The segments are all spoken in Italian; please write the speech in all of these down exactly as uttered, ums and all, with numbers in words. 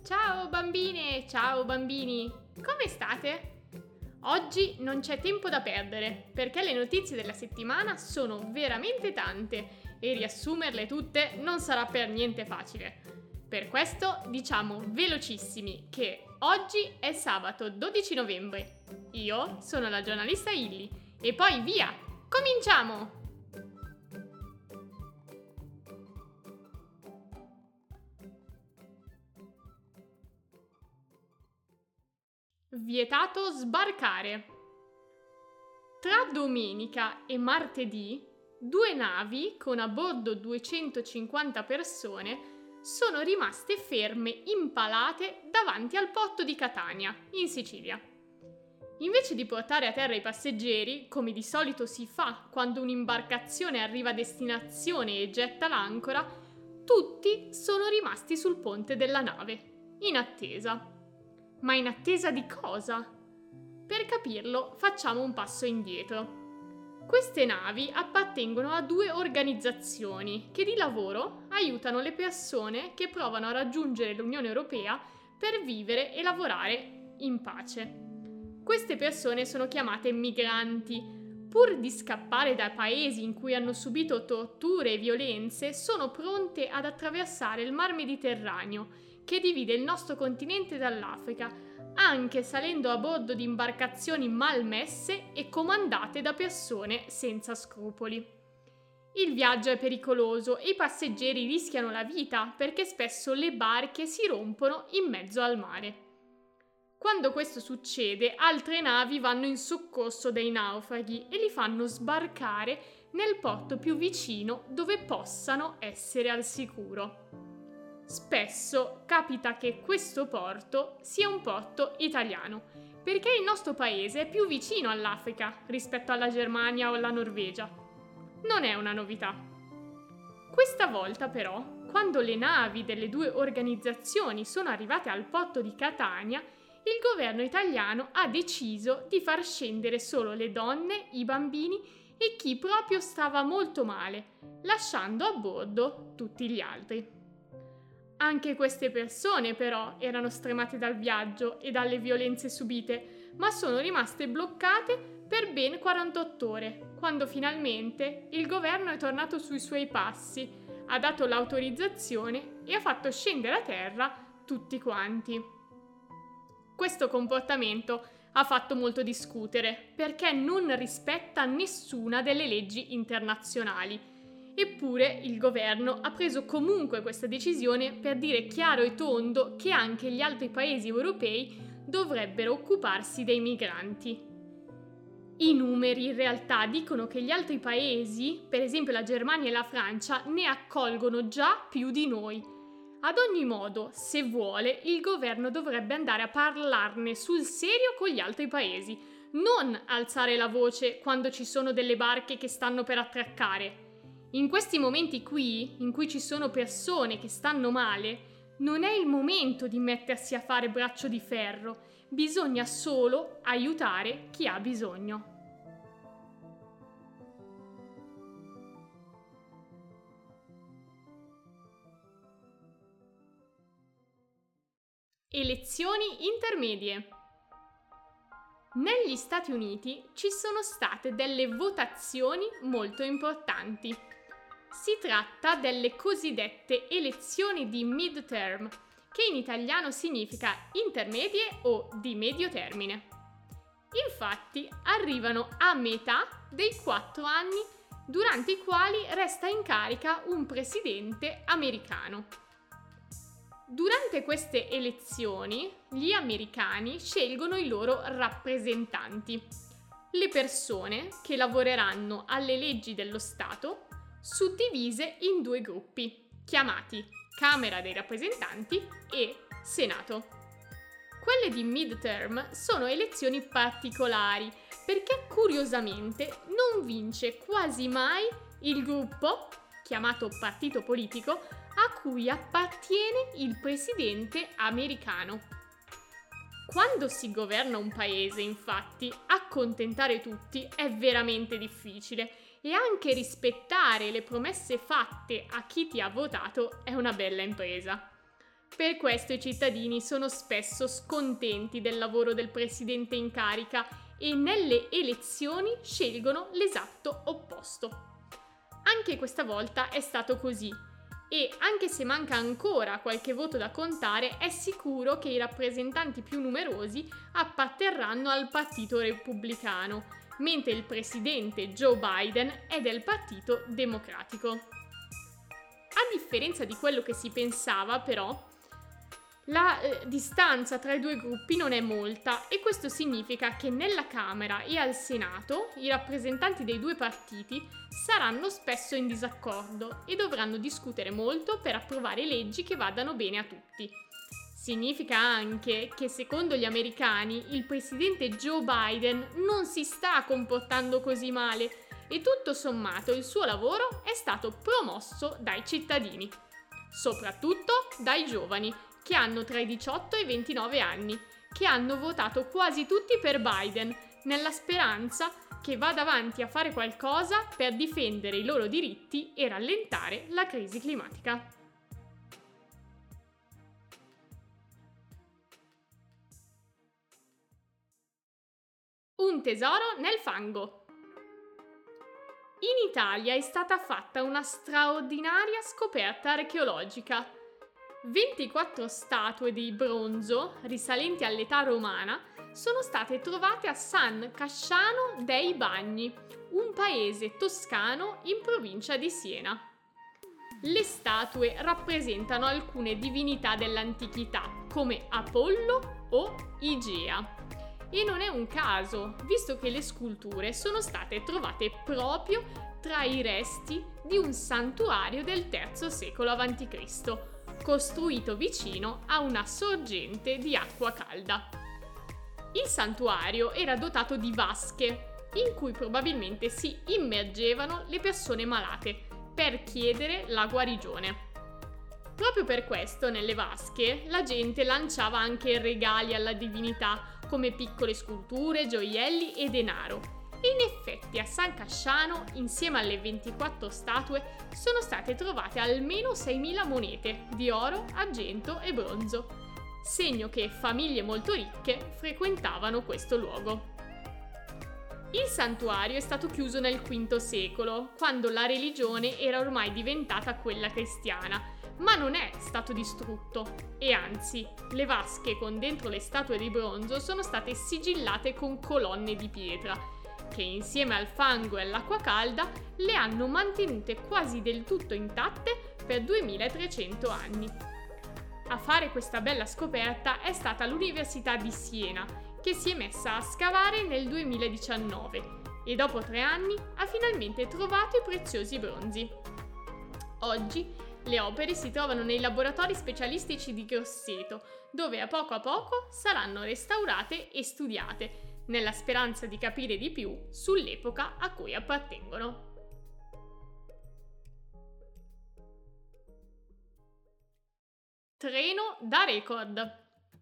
Ciao bambine, ciao bambini, come state? Oggi non c'è tempo da perdere perché le notizie della settimana sono veramente tante e riassumerle tutte non sarà per niente facile. Per questo diciamo velocissimi che oggi è sabato dodici novembre. Io sono la giornalista Illy e poi via, cominciamo! Vietato sbarcare. Tra domenica e martedì, due navi con a bordo duecentocinquanta persone sono rimaste ferme impalate davanti al porto di Catania, in Sicilia. Invece di portare a terra i passeggeri, come di solito si fa quando un'imbarcazione arriva a destinazione e getta l'ancora, tutti sono rimasti sul ponte della nave, in attesa. Ma in attesa di cosa? Per capirlo, facciamo un passo indietro. Queste navi appartengono a due organizzazioni che di lavoro aiutano le persone che provano a raggiungere l'Unione Europea per vivere e lavorare in pace. Queste persone sono chiamate migranti. Pur di scappare da paesi in cui hanno subito torture e violenze, sono pronte ad attraversare il Mar Mediterraneo, che divide il nostro continente dall'Africa, anche salendo a bordo di imbarcazioni malmesse e comandate da persone senza scrupoli. Il viaggio è pericoloso e i passeggeri rischiano la vita perché spesso le barche si rompono in mezzo al mare. Quando questo succede, altre navi vanno in soccorso dei naufraghi e li fanno sbarcare nel porto più vicino dove possano essere al sicuro. Spesso capita che questo porto sia un porto italiano, perché il nostro paese è più vicino all'Africa rispetto alla Germania o alla Norvegia. Non è una novità. Questa volta però, quando le navi delle due organizzazioni sono arrivate al porto di Catania, il governo italiano ha deciso di far scendere solo le donne, i bambini e chi proprio stava molto male, lasciando a bordo tutti gli altri. Anche queste persone però erano stremate dal viaggio e dalle violenze subite, ma sono rimaste bloccate per ben quarantotto ore, quando finalmente il governo è tornato sui suoi passi, ha dato l'autorizzazione e ha fatto scendere a terra tutti quanti. Questo comportamento ha fatto molto discutere, perché non rispetta nessuna delle leggi internazionali. Eppure il governo ha preso comunque questa decisione per dire chiaro e tondo che anche gli altri paesi europei dovrebbero occuparsi dei migranti. I numeri in realtà dicono che gli altri paesi, per esempio la Germania e la Francia, ne accolgono già più di noi. Ad ogni modo, se vuole, il governo dovrebbe andare a parlarne sul serio con gli altri paesi, non alzare la voce quando ci sono delle barche che stanno per attraccare. In questi momenti qui, in cui ci sono persone che stanno male, non è il momento di mettersi a fare braccio di ferro, bisogna solo aiutare chi ha bisogno. Elezioni intermedie. Negli Stati Uniti ci sono state delle votazioni molto importanti. Si tratta delle cosiddette elezioni di midterm, che in italiano significa intermedie o di medio termine. Infatti arrivano a metà dei quattro anni durante i quali resta in carica un presidente americano. Durante queste elezioni, gli americani scelgono i loro rappresentanti, le persone che lavoreranno alle leggi dello Stato, suddivise in due gruppi, chiamati Camera dei rappresentanti e Senato. Quelle di midterm sono elezioni particolari perché curiosamente non vince quasi mai il gruppo, chiamato partito politico, a cui appartiene il presidente americano. Quando si governa un paese, infatti, accontentare tutti è veramente difficile e anche rispettare le promesse fatte a chi ti ha votato è una bella impresa. Per questo i cittadini sono spesso scontenti del lavoro del presidente in carica e nelle elezioni scelgono l'esatto opposto. Anche questa volta è stato così e anche se manca ancora qualche voto da contare, è sicuro che i rappresentanti più numerosi apparterranno al Partito Repubblicano, mentre il presidente Joe Biden è del Partito Democratico. A differenza di quello che si pensava, però, la eh, distanza tra i due gruppi non è molta e questo significa che nella Camera e al Senato i rappresentanti dei due partiti saranno spesso in disaccordo e dovranno discutere molto per approvare leggi che vadano bene a tutti. Significa anche che secondo gli americani il presidente Joe Biden non si sta comportando così male e tutto sommato il suo lavoro è stato promosso dai cittadini, soprattutto dai giovani, che hanno tra i diciotto e i ventinove anni, che hanno votato quasi tutti per Biden, nella speranza che vada avanti a fare qualcosa per difendere i loro diritti e rallentare la crisi climatica. Un tesoro nel fango. In Italia è stata fatta una straordinaria scoperta archeologica. ventiquattro statue di bronzo, risalenti all'età romana, sono state trovate a San Casciano dei Bagni, un paese toscano in provincia di Siena. Le statue rappresentano alcune divinità dell'antichità, come Apollo o Igea. E non è un caso, visto che le sculture sono state trovate proprio tra i resti di un santuario del terzo secolo avanti Cristo, costruito vicino a una sorgente di acqua calda. Il santuario era dotato di vasche, in cui probabilmente si immergevano le persone malate per chiedere la guarigione. Proprio per questo, nelle vasche, la gente lanciava anche regali alla divinità, come piccole sculture, gioielli e denaro. E in effetti a San Casciano, insieme alle ventiquattro statue, sono state trovate almeno seimila monete di oro, argento e bronzo, segno che famiglie molto ricche frequentavano questo luogo. Il santuario è stato chiuso nel quinto secolo, quando la religione era ormai diventata quella cristiana, ma non è stato distrutto e anzi, le vasche con dentro le statue di bronzo sono state sigillate con colonne di pietra, che insieme al fango e all'acqua calda le hanno mantenute quasi del tutto intatte per duemilatrecento anni. A fare questa bella scoperta è stata l'Università di Siena, che si è messa a scavare nel duemiladiciannove e dopo tre anni ha finalmente trovato i preziosi bronzi. Oggi le opere si trovano nei laboratori specialistici di Grosseto, dove a poco a poco saranno restaurate e studiate, nella speranza di capire di più sull'epoca a cui appartengono. Treno da record.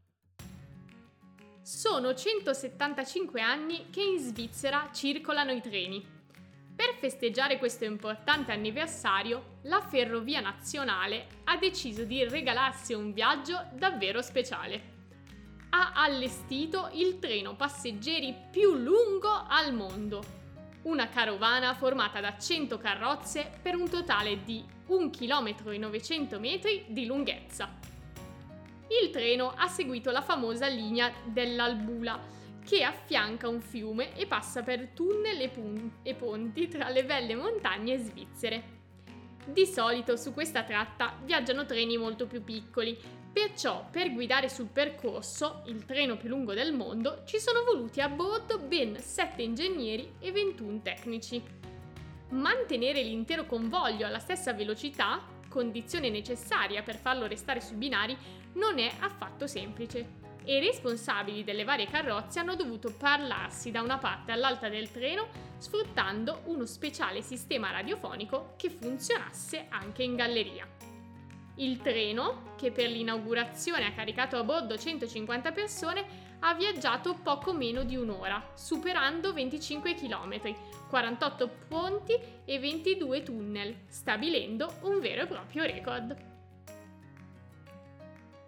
Sono centosettantacinque anni che in Svizzera circolano i treni. Per festeggiare questo importante anniversario, la Ferrovia Nazionale ha deciso di regalarsi un viaggio davvero speciale. Ha allestito il treno passeggeri più lungo al mondo, una carovana formata da cento carrozze per un totale di un chilometro e novecento metri di lunghezza. Il treno ha seguito la famosa linea dell'Albula, che affianca un fiume e passa per tunnel e, pun- e ponti tra le belle montagne svizzere. Di solito su questa tratta viaggiano treni molto più piccoli, perciò per guidare sul percorso, il treno più lungo del mondo, ci sono voluti a bordo ben sette ingegneri e ventuno tecnici. Mantenere l'intero convoglio alla stessa velocità, condizione necessaria per farlo restare sui binari, non è affatto semplice. E i responsabili delle varie carrozze hanno dovuto parlarsi da una parte all'altra del treno sfruttando uno speciale sistema radiofonico che funzionasse anche in galleria. Il treno, che per l'inaugurazione ha caricato a bordo centocinquanta persone, ha viaggiato poco meno di un'ora, superando venticinque chilometri, quarantotto ponti e ventidue tunnel, stabilendo un vero e proprio record.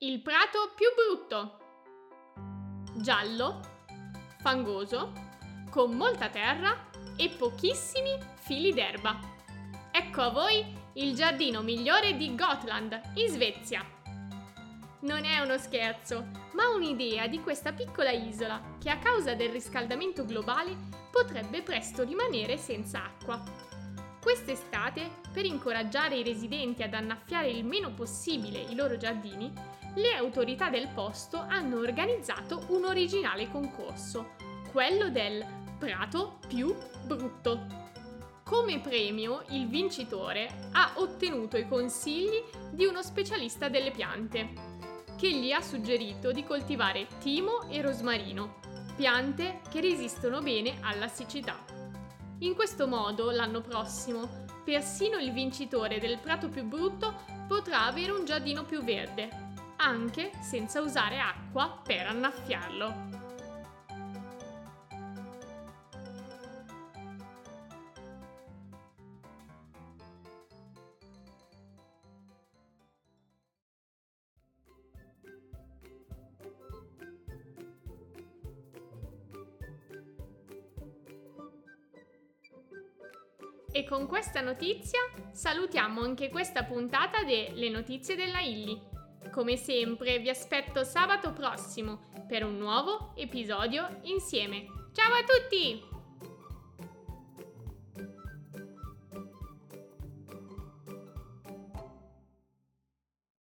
Il prato più brutto. Giallo, fangoso, con molta terra e pochissimi fili d'erba. Ecco a voi il giardino migliore di Gotland, in Svezia. Non è uno scherzo, ma un'idea di questa piccola isola che a causa del riscaldamento globale potrebbe presto rimanere senza acqua. Quest'estate, per incoraggiare i residenti ad annaffiare il meno possibile i loro giardini, le autorità del posto hanno organizzato un originale concorso, quello del prato più brutto. Come premio, il vincitore ha ottenuto i consigli di uno specialista delle piante, che gli ha suggerito di coltivare timo e rosmarino, piante che resistono bene alla siccità. In questo modo, l'anno prossimo, persino il vincitore del prato più brutto potrà avere un giardino più verde, anche senza usare acqua per annaffiarlo. E con questa notizia salutiamo anche questa puntata delle notizie della Illy. Come sempre vi aspetto sabato prossimo per un nuovo episodio insieme. Ciao a tutti!